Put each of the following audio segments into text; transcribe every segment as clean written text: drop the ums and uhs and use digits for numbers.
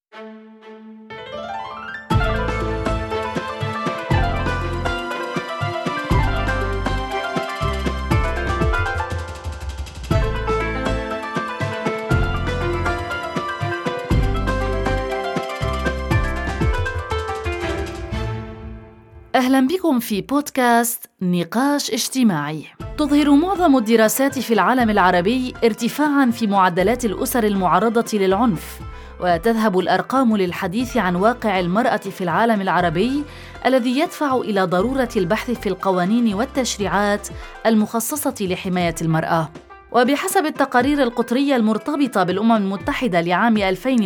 أهلا بكم في بودكاست نقاش اجتماعي. تظهر معظم الدراسات في العالم العربي ارتفاعاً في معدلات الأسر المعرضة للعنف، وتذهب الأرقام للحديث عن واقع المرأة في العالم العربي الذي يدفع إلى ضرورة البحث في القوانين والتشريعات المخصصة لحماية المرأة. وبحسب التقارير القطرية المرتبطة بالأمم المتحدة لعام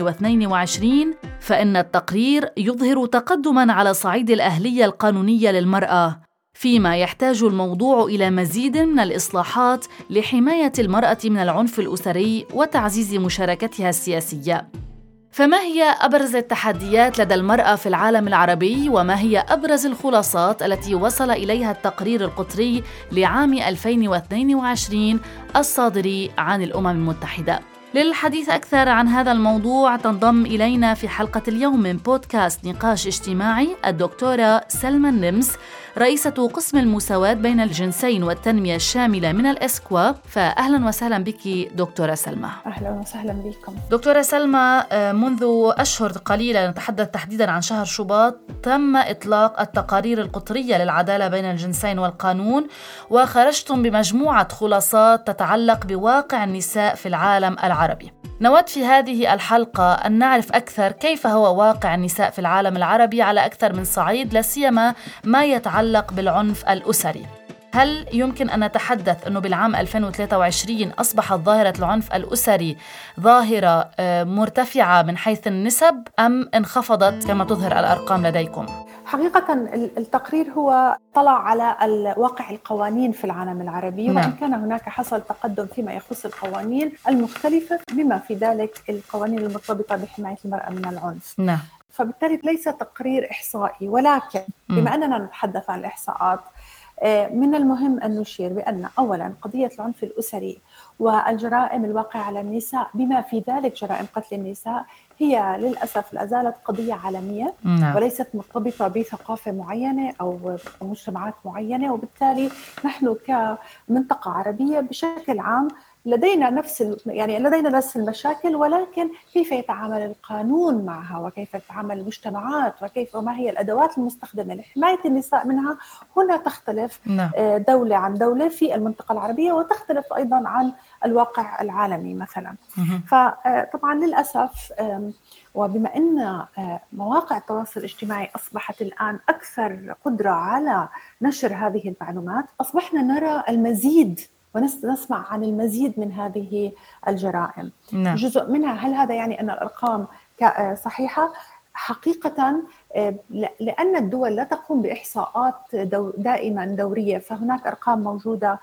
2022، فإن التقرير يظهر تقدماً على صعيد الأهلية القانونية للمرأة، فيما يحتاج الموضوع إلى مزيد من الإصلاحات لحماية المرأة من العنف الأسري وتعزيز مشاركتها السياسية. فما هي أبرز التحديات لدى المرأة في العالم العربي، وما هي أبرز الخلاصات التي وصل إليها التقرير القطري لعام 2022 الصادر عن الأمم المتحدة؟ للحديث أكثر عن هذا الموضوع تنضم إلينا في حلقة اليوم من بودكاست نقاش اجتماعي الدكتورة سلمى النمس، رئيسة قسم المساواة بين الجنسين والتنمية الشاملة من الإسكوا. فأهلا وسهلا بك دكتورة سلمى. أهلا وسهلا بكم دكتورة سلمى، منذ أشهر قليلة، نتحدث تحديدا عن شهر شباط، تم إطلاق التقارير القطرية للعدالة بين الجنسين والقانون، وخرجتم بمجموعة خلاصات تتعلق بواقع النساء في العالم العربي. نود في هذه الحلقة أن نعرف أكثر كيف هو واقع النساء في العالم العربي على أكثر من صعيد، لا سيما ما يتعلق بالعنف الأسري. هل يمكن أن نتحدث أنه بالعام 2023 أصبحت ظاهرة العنف الأسري ظاهرة مرتفعة من حيث النسب، أم انخفضت كما تظهر الأرقام لديكم؟ حقيقة التقرير هو طلع على واقع القوانين في العالم العربي، وإن كان هناك حصل تقدم فيما يخص القوانين المختلفة بما في ذلك القوانين المرتبطة بحماية المرأة من العنف. فبالتالي ليس تقرير إحصائي، ولكن بما أننا نتحدث عن الإحصاءات، من المهم أن نشير بأن أولاً قضية العنف الأسري والجرائم الواقعة على النساء بما في ذلك جرائم قتل النساء هي للأسف لا زالت قضية عالمية، وليست مرتبطة بثقافة معينة أو مجتمعات معينة. وبالتالي نحن كمنطقة عربية بشكل عام لدينا نفس المشاكل، ولكن كيف يتعامل القانون معها، وكيف تتعامل المجتمعات، وما هي الأدوات المستخدمة لحماية النساء منها، هنا تختلف دولة عن دولة في المنطقة العربية، وتختلف أيضا عن الواقع العالمي مثلا. فطبعا للأسف، وبما أن مواقع التواصل الاجتماعي أصبحت الآن أكثر قدرة على نشر هذه المعلومات، أصبحنا نرى المزيد ونسمع عن المزيد من هذه الجرائم. جزء منها، هل هذا يعني أن الأرقام صحيحة؟ حقيقة لأن الدول لا تقوم بإحصاءات دائما دورية، فهناك أرقام موجودة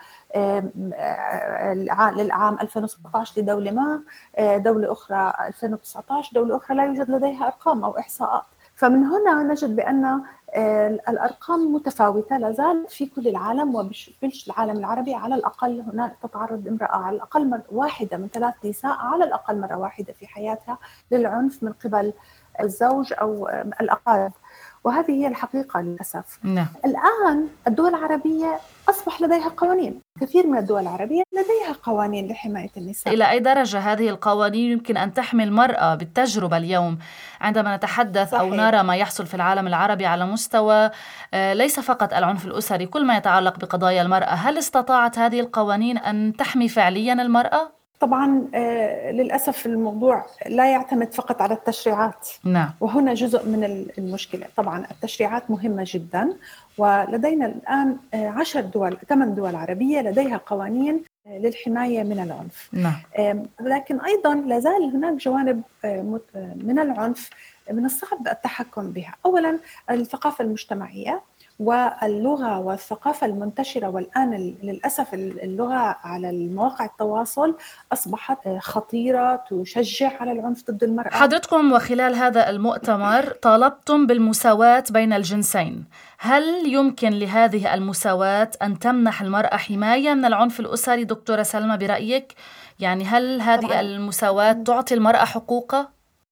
للعام 2017 لدولة ما، دولة أخرى 2019 دولة أخرى لا يوجد لديها أرقام أو إحصاءات. فمن هنا نجد بأن الأرقام متفاوتة لا زالت في كل العالم، وفي العالم العربي على الأقل هناك تتعرض امرأة على الأقل واحدة من 3 نساء على الأقل مرة واحدة في حياتها للعنف من قبل الزوج أو الأقارب، وهذه هي الحقيقة للأسف. الآن الدول العربية أصبح لديها قوانين، كثير من الدول العربية لديها قوانين لحماية النساء. إلى أي درجة هذه القوانين يمكن أن تحمي المرأة بالتجربة اليوم عندما نتحدث أو نرى ما يحصل في العالم العربي على مستوى ليس فقط العنف الأسري، كل ما يتعلق بقضايا المرأة؟ هل استطاعت هذه القوانين أن تحمي فعليا المرأة؟ طبعا للأسف الموضوع لا يعتمد فقط على التشريعات. وهنا جزء من المشكلة. طبعا التشريعات مهمة جدا، ولدينا الآن 8 دول عربية لديها قوانين للحماية من العنف. لكن أيضا لازال هناك جوانب من العنف من الصعب التحكم بها. أولا الثقافة المجتمعية واللغة والثقافة المنتشرة، والآن للأسف اللغة على المواقع التواصل أصبحت خطيرة تشجع على العنف ضد المرأة. حضرتكم وخلال هذا المؤتمر طالبتم بالمساواة بين الجنسين. هل يمكن لهذه المساواة أن تمنح المرأة حماية من العنف الأسري دكتورة سلمى برأيك؟ يعني هل هذه المساواة تعطي المرأة حقوقها؟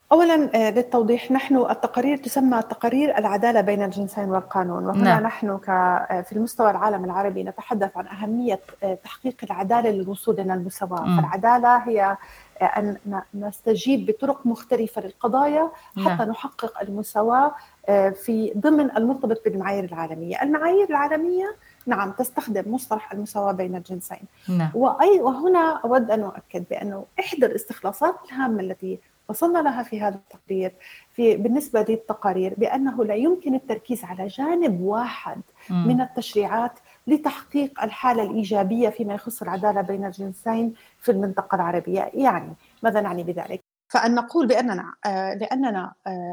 أولا للتوضيح، نحن التقارير تسمى تقارير العدالة بين الجنسين والقانون، وهنا نعم. نحن في المستوى العالم العربي نتحدث عن أهمية تحقيق العدالة للوصول إلى المساواة. فالعدالة هي أن نستجيب بطرق مختلفة للقضايا حتى نحقق المساواة في ضمن المرتبط بالمعايير العالمية. المعايير العالمية نعم تستخدم مصطلح المساواة بين الجنسين. وهنا أود أن أؤكد بأنه إحدى الاستخلاصات الهامة التي وصلنا لها في هذا التقرير بالنسبة للتقارير بأنه لا يمكن التركيز على جانب واحد من التشريعات لتحقيق الحالة الإيجابية فيما يخص العدالة بين الجنسين في المنطقة العربية. يعني ماذا نعني بذلك؟ فأن نقول بأننا لأننا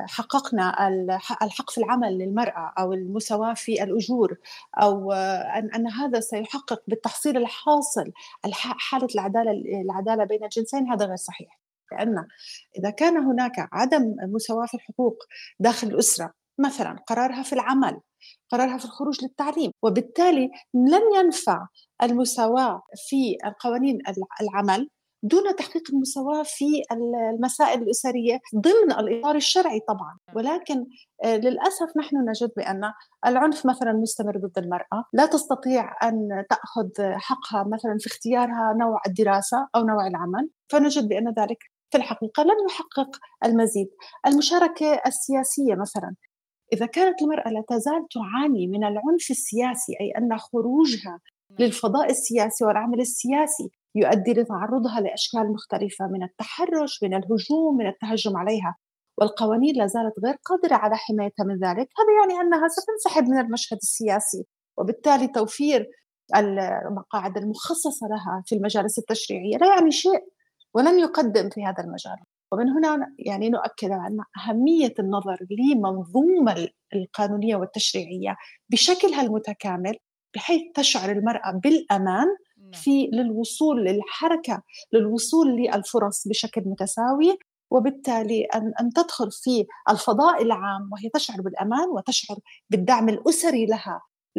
حققنا الحق في العمل للمرأة أو المساواة في الأجور، أو أن هذا سيحقق بالتحصيل الحاصل حالة العدالة بين الجنسين، هذا غير صحيح. لأن إذا كان هناك عدم مساواة في الحقوق داخل الأسرة، مثلا قرارها في العمل، قرارها في الخروج للتعليم، وبالتالي لن ينفع المساواة في القوانين العمل دون تحقيق المساواة في المسائل الأسرية ضمن الإطار الشرعي طبعا. ولكن للأسف نحن نجد بأن العنف مثلا مستمر ضد المرأة، لا تستطيع أن تأخذ حقها مثلا في اختيارها نوع الدراسة أو نوع العمل، فنجد بأن ذلك في الحقيقة لن يحقق المزيد. المشاركة السياسية مثلا، إذا كانت المرأة لا تزال تعاني من العنف السياسي، أي أن خروجها للفضاء السياسي والعمل السياسي يؤدي لتعرضها لأشكال مختلفة من التحرش، من الهجوم، من التهجم عليها، والقوانين لا زالت غير قادرة على حمايتها من ذلك، هذا يعني أنها ستنسحب من المشهد السياسي، وبالتالي توفير المقاعد المخصصة لها في المجالس التشريعية لا يعني شيء ولن يقدم في هذا المجال. ومن هنا يعني نؤكد على أهمية النظر لمنظومة القانونية والتشريعية بشكلها المتكامل، بحيث تشعر المرأة بالأمان في للوصول للحركة، للوصول للفرص بشكل متساوي، وبالتالي أن تدخل في الفضاء العام وهي تشعر بالأمان وتشعر بالدعم الأسري لها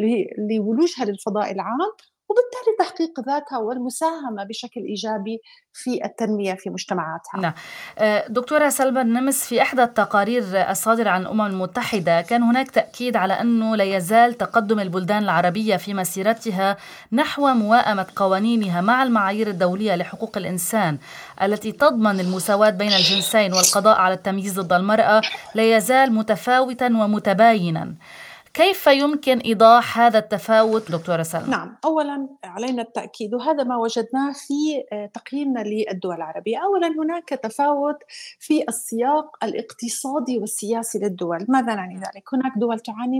لولوجها للفضاء العام، وبالتالي تحقيق ذاتها والمساهمة بشكل إيجابي في التنمية في مجتمعاتها. نعم. دكتورة سلمى النمس، في إحدى التقارير الصادرة عن الأمم المتحدة كان هناك تأكيد على أنه لا يزال تقدم البلدان العربية في مسيرتها نحو موائمة قوانينها مع المعايير الدولية لحقوق الإنسان التي تضمن المساواة بين الجنسين والقضاء على التمييز ضد المرأة لا يزال متفاوتا ومتباينا. كيف يمكن إيضاح هذا التفاوت دكتورة سلمى؟ نعم، أولا علينا التأكيد، وهذا ما وجدناه في تقييمنا للدول العربية. أولا هناك تفاوت في السياق الاقتصادي والسياسي للدول. ماذا نعني ذلك؟ هناك دول تعاني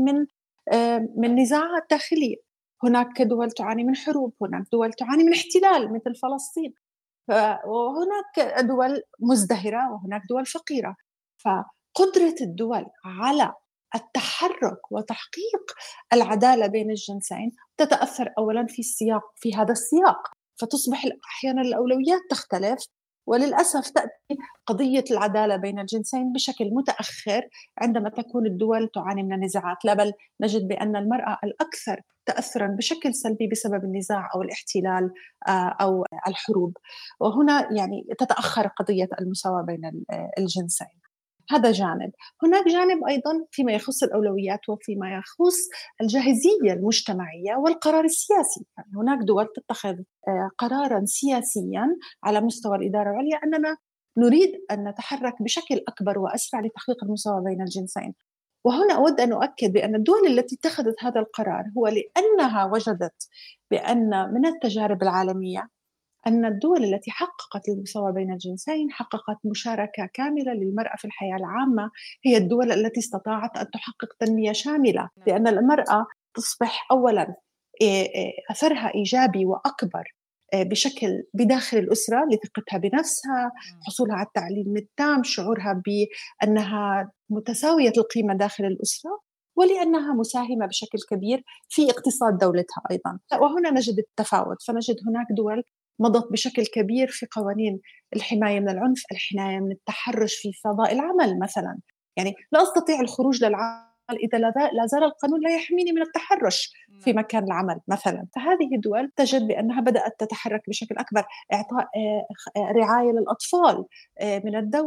من نزاعات داخلية، هناك دول تعاني من حروب، هناك دول تعاني من احتلال مثل فلسطين، وهناك دول مزدهرة وهناك دول فقيرة. فقدرة الدول على التحرك وتحقيق العدالة بين الجنسين تتأثر أولا في هذا السياق، فتصبح أحيانا الأولويات تختلف، وللأسف تأتي قضية العدالة بين الجنسين بشكل متأخر عندما تكون الدول تعاني من النزاعات. لا بل نجد بأن المرأة الأكثر تأثرا بشكل سلبي بسبب النزاع أو الاحتلال أو الحروب، وهنا يعني تتأخر قضية المساواة بين الجنسين. هذا جانب. هناك جانب أيضا فيما يخص الأولويات وفيما يخص الجاهزية المجتمعية والقرار السياسي. يعني هناك دول تتخذ قرارا سياسيا على مستوى الإدارة العليا أننا نريد أن نتحرك بشكل أكبر وأسرع لتحقيق المساواة بين الجنسين. وهنا أود أن أؤكد بأن الدول التي اتخذت هذا القرار هو لأنها وجدت بأن من التجارب العالمية أن الدول التي حققت المساواة بين الجنسين حققت مشاركة كاملة للمرأة في الحياة العامة، هي الدول التي استطاعت أن تحقق تنمية شاملة، لأن المرأة تصبح أولا أثرها إيجابي وأكبر بشكل بداخل الأسرة لثقتها بنفسها، حصولها على التعليم التام، شعورها بأنها متساوية القيمة داخل الأسرة، ولأنها مساهمة بشكل كبير في اقتصاد دولتها أيضا. وهنا نجد التفاوت، فنجد هناك دول مضت بشكل كبير في قوانين الحماية من العنف، الحماية من التحرش في فضاء العمل مثلا. يعني لا أستطيع الخروج للعمل إذا لا زال القانون لا يحميني من التحرش في مكان العمل مثلا. فهذه الدول تجد بأنها بدأت تتحرك بشكل أكبر، إعطاء رعاية للأطفال من الدولة،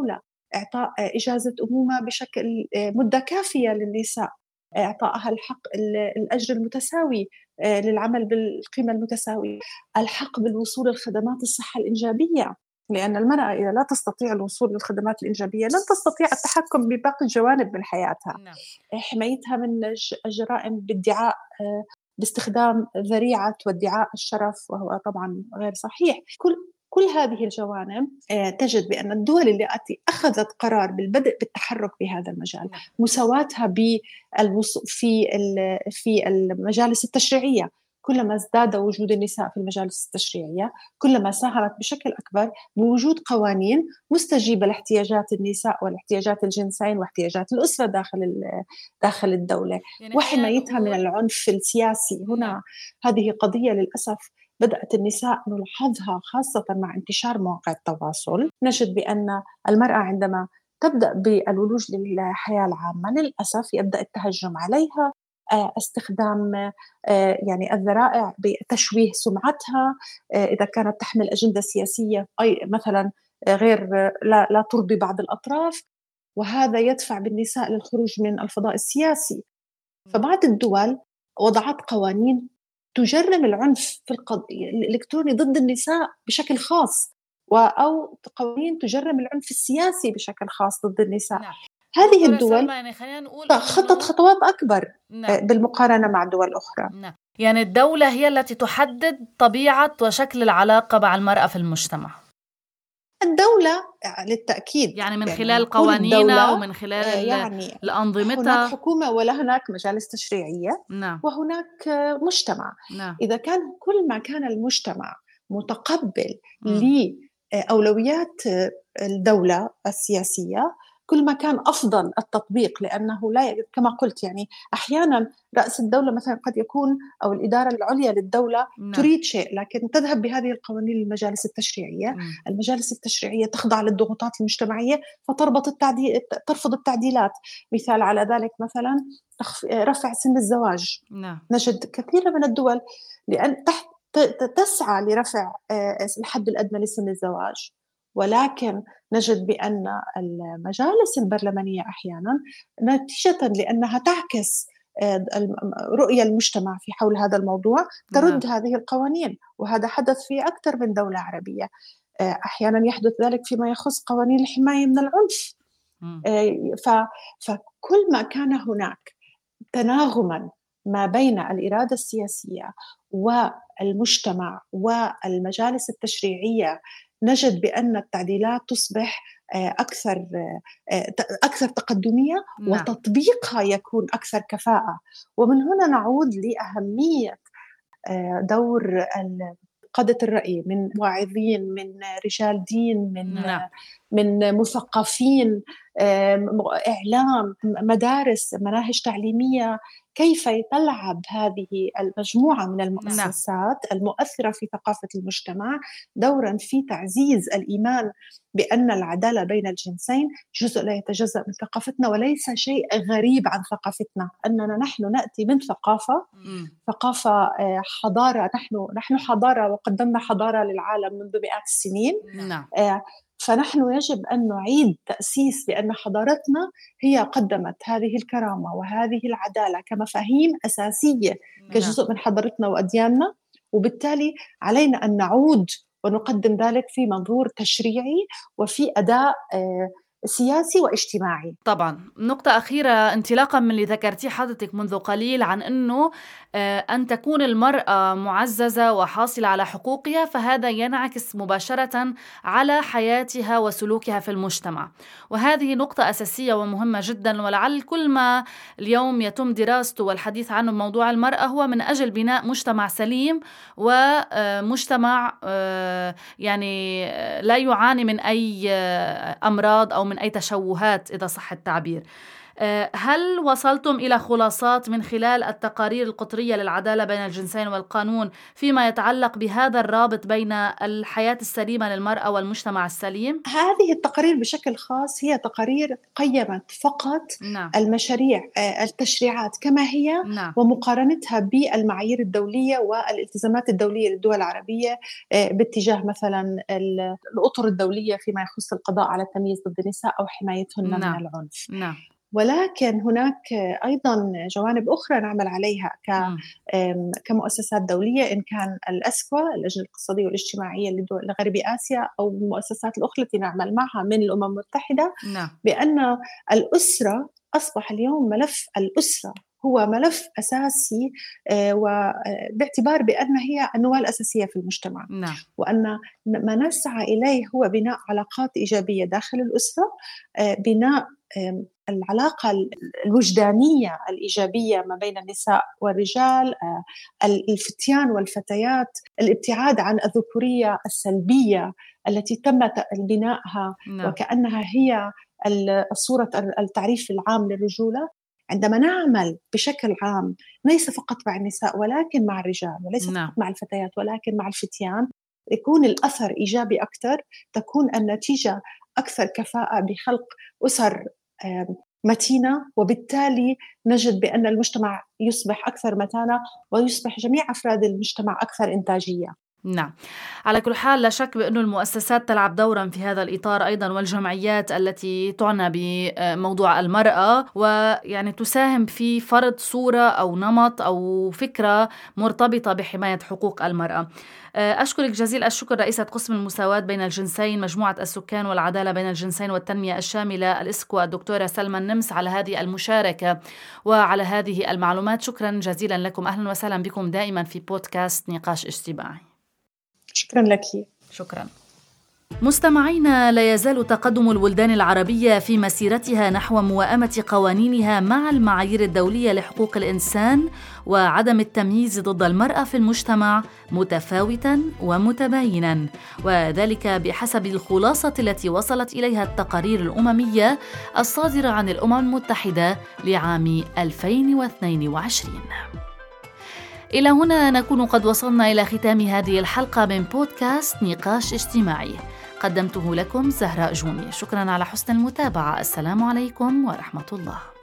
إعطاء إجازة أمومة بشكل مدة كافية للنساء، إعطائها الحق الأجر المتساوي للعمل بالقيمة المتساوية، الحق بالوصول لخدمات الصحة الإنجابية، لأن المرأة إذا لا تستطيع الوصول للخدمات الإنجابية لن تستطيع التحكم بباقي الجوانب من حياتها. حمايتها من الجرائم بادعاء باستخدام ذريعة وادعاء الشرف، وهو طبعا غير صحيح. كل هذه الجوانب تجد بأن الدول التي أخذت قرار بالبدء بالتحرك بهذا المجال، مساواتها في المجالس التشريعية، كلما ازداد وجود النساء في المجالس التشريعية كلما ساهمت بشكل أكبر بوجود قوانين مستجيبة لاحتياجات النساء والاحتياجات الجنسين واحتياجات الأسرة داخل الدولة، يعني وحمايتها من العنف السياسي. هنا هذه قضية للأسف بدأت النساء نلاحظها خاصة مع انتشار مواقع التواصل. نجد بأن المرأة عندما تبدأ بالولوج للحياة العامة للأسف يبدأ التهجم عليها، استخدام يعني الذرائع بتشويه سمعتها، إذا كانت تحمل أجندة سياسية أي مثلا غير لا ترضي بعض الأطراف، وهذا يدفع بالنساء للخروج من الفضاء السياسي. فبعض الدول وضعت قوانين تجرم العنف في الإلكتروني ضد النساء بشكل خاص، أو قوانين تجرم العنف السياسي بشكل خاص ضد النساء. هذه الدول يعني خلينا نقول خطت خطوات أكبر بالمقارنة مع دول أخرى. يعني الدولة هي التي تحدد طبيعة وشكل العلاقة مع المرأة في المجتمع. الدولة للتأكيد يعني من خلال قوانينها ومن خلال يعني الأنظمتها. هناك حكومة ولا هناك مجالس تشريعية. وهناك مجتمع. إذا كان كل ما كان المجتمع متقبل لأولويات الدولة السياسية كل ما كان أفضل التطبيق، لأنه لا كما قلت يعني أحيانا رأس الدولة مثلا قد يكون أو الإدارة العليا للدولة تريد شيء لكن تذهب بهذه القوانين للمجالس التشريعية. المجالس التشريعية تخضع للضغوطات المجتمعية ترفض التعديلات. مثال على ذلك مثلا رفع سن الزواج. نجد كثير من الدول لأن تسعى لرفع الحد الأدنى لسن الزواج، ولكن نجد بأن المجالس البرلمانية أحيانا نتيجة لأنها تعكس رؤية المجتمع في حول هذا الموضوع ترد هذه القوانين، وهذا حدث في أكثر من دولة عربية. أحيانا يحدث ذلك فيما يخص قوانين الحماية من العنف. فكل ما كان هناك تناغما ما بين الإرادة السياسية والمجتمع والمجالس التشريعية نجد بأن التعديلات تصبح أكثر تقدمية وتطبيقها يكون أكثر كفاءة. ومن هنا نعود لأهمية دور قادة الرأي من واعظين، من رجال دين، من مثقفين، إعلام، مدارس، مناهج تعليمية، كيف تلعب هذه المجموعة من المؤسسات المؤثرة في ثقافة المجتمع دورا في تعزيز الإيمان بأن العدالة بين الجنسين جزء لا يتجزأ من ثقافتنا وليس شيء غريب عن ثقافتنا. أننا نحن نأتي من ثقافة حضارة، نحن حضارة وقدمنا حضارة للعالم منذ مئات السنين. فنحن يجب أن نعيد تأسيس بأن حضارتنا هي قدمت هذه الكرامة وهذه العدالة كمفاهيم أساسية كجزء من حضارتنا وأدياننا، وبالتالي علينا أن نعود ونقدم ذلك في منظور تشريعي وفي أداء سياسي واجتماعي. طبعا نقطة أخيرة انطلاقا من اللي ذكرتيه حضرتك منذ قليل عن أنه أن تكون المرأة معززة وحاصلة على حقوقها، فهذا ينعكس مباشرة على حياتها وسلوكها في المجتمع، وهذه نقطة أساسية ومهمة جدا. ولعل كل ما اليوم يتم دراسته والحديث عنه موضوع المرأة هو من أجل بناء مجتمع سليم ومجتمع يعني لا يعاني من أي أمراض أو من أي تشوهات إذا صح التعبير. هل وصلتم إلى خلاصات من خلال التقارير القطرية للعدالة بين الجنسين والقانون فيما يتعلق بهذا الرابط بين الحياة السليمة للمرأة والمجتمع السليم؟ هذه التقارير بشكل خاص هي تقارير قيمت فقط المشاريع التشريعات كما هي ومقارنتها بالمعايير الدولية والالتزامات الدولية للدول العربية باتجاه مثلا الأطر الدولية فيما يخص القضاء على التمييز ضد النساء أو حمايتهن من العنف. ولكن هناك أيضاا جوانب أخرى نعمل عليها كمؤسسات دولية، إن كان الأسكوا اللجنة الاقتصادية والاجتماعية لغرب آسيا أو المؤسسات الأخرى التي نعمل معها من الأمم المتحدة، بأن الأسرة أصبح اليوم ملف الأسرة هو ملف أساسي، وباعتبار بأن هي النواة الأساسية في المجتمع. وأن ما نسعى إليه هو بناء علاقات إيجابية داخل الأسرة، بناء العلاقة الوجدانية الإيجابية ما بين النساء والرجال، الفتيان والفتيات، الابتعاد عن الذكورية السلبية التي تم بنائها وكأنها هي الصورة التعريف العام للرجولة. عندما نعمل بشكل عام ليس فقط مع النساء ولكن مع الرجال، وليس فقط مع الفتيات ولكن مع الفتيان، يكون الأثر إيجابي أكثر، تكون النتيجة أكثر كفاءة بخلق أسر متينة، وبالتالي نجد بأن المجتمع يصبح أكثر متانة ويصبح جميع أفراد المجتمع أكثر إنتاجية. على كل حال لا شك بأن المؤسسات تلعب دورا في هذا الإطار أيضا، والجمعيات التي تعنى بموضوع المرأة، ويعني تساهم في فرض صورة أو نمط أو فكرة مرتبطة بحماية حقوق المرأة. أشكرك جزيل الشكر رئيسة قسم المساواة بين الجنسين مجموعة السكان والعدالة بين الجنسين والتنمية الشاملة الإسكوا الدكتورة سلمى النمس على هذه المشاركة وعلى هذه المعلومات. شكرا جزيلا لكم، أهلا وسهلا بكم دائما في بودكاست نقاش اجتماعي. شكرا لك. شكرا. مستمعينا، لا يزال تقدم البلدان العربية في مسيرتها نحو موائمة قوانينها مع المعايير الدولية لحقوق الإنسان وعدم التمييز ضد المرأة في المجتمع متفاوتا ومتباينا، وذلك بحسب الخلاصة التي وصلت إليها التقارير الأممية الصادرة عن الأمم المتحدة لعام 2022. إلى هنا نكون قد وصلنا إلى ختام هذه الحلقة من بودكاست نقاش اجتماعي، قدمته لكم زهراء جوني. شكرا على حسن المتابعة. السلام عليكم ورحمة الله.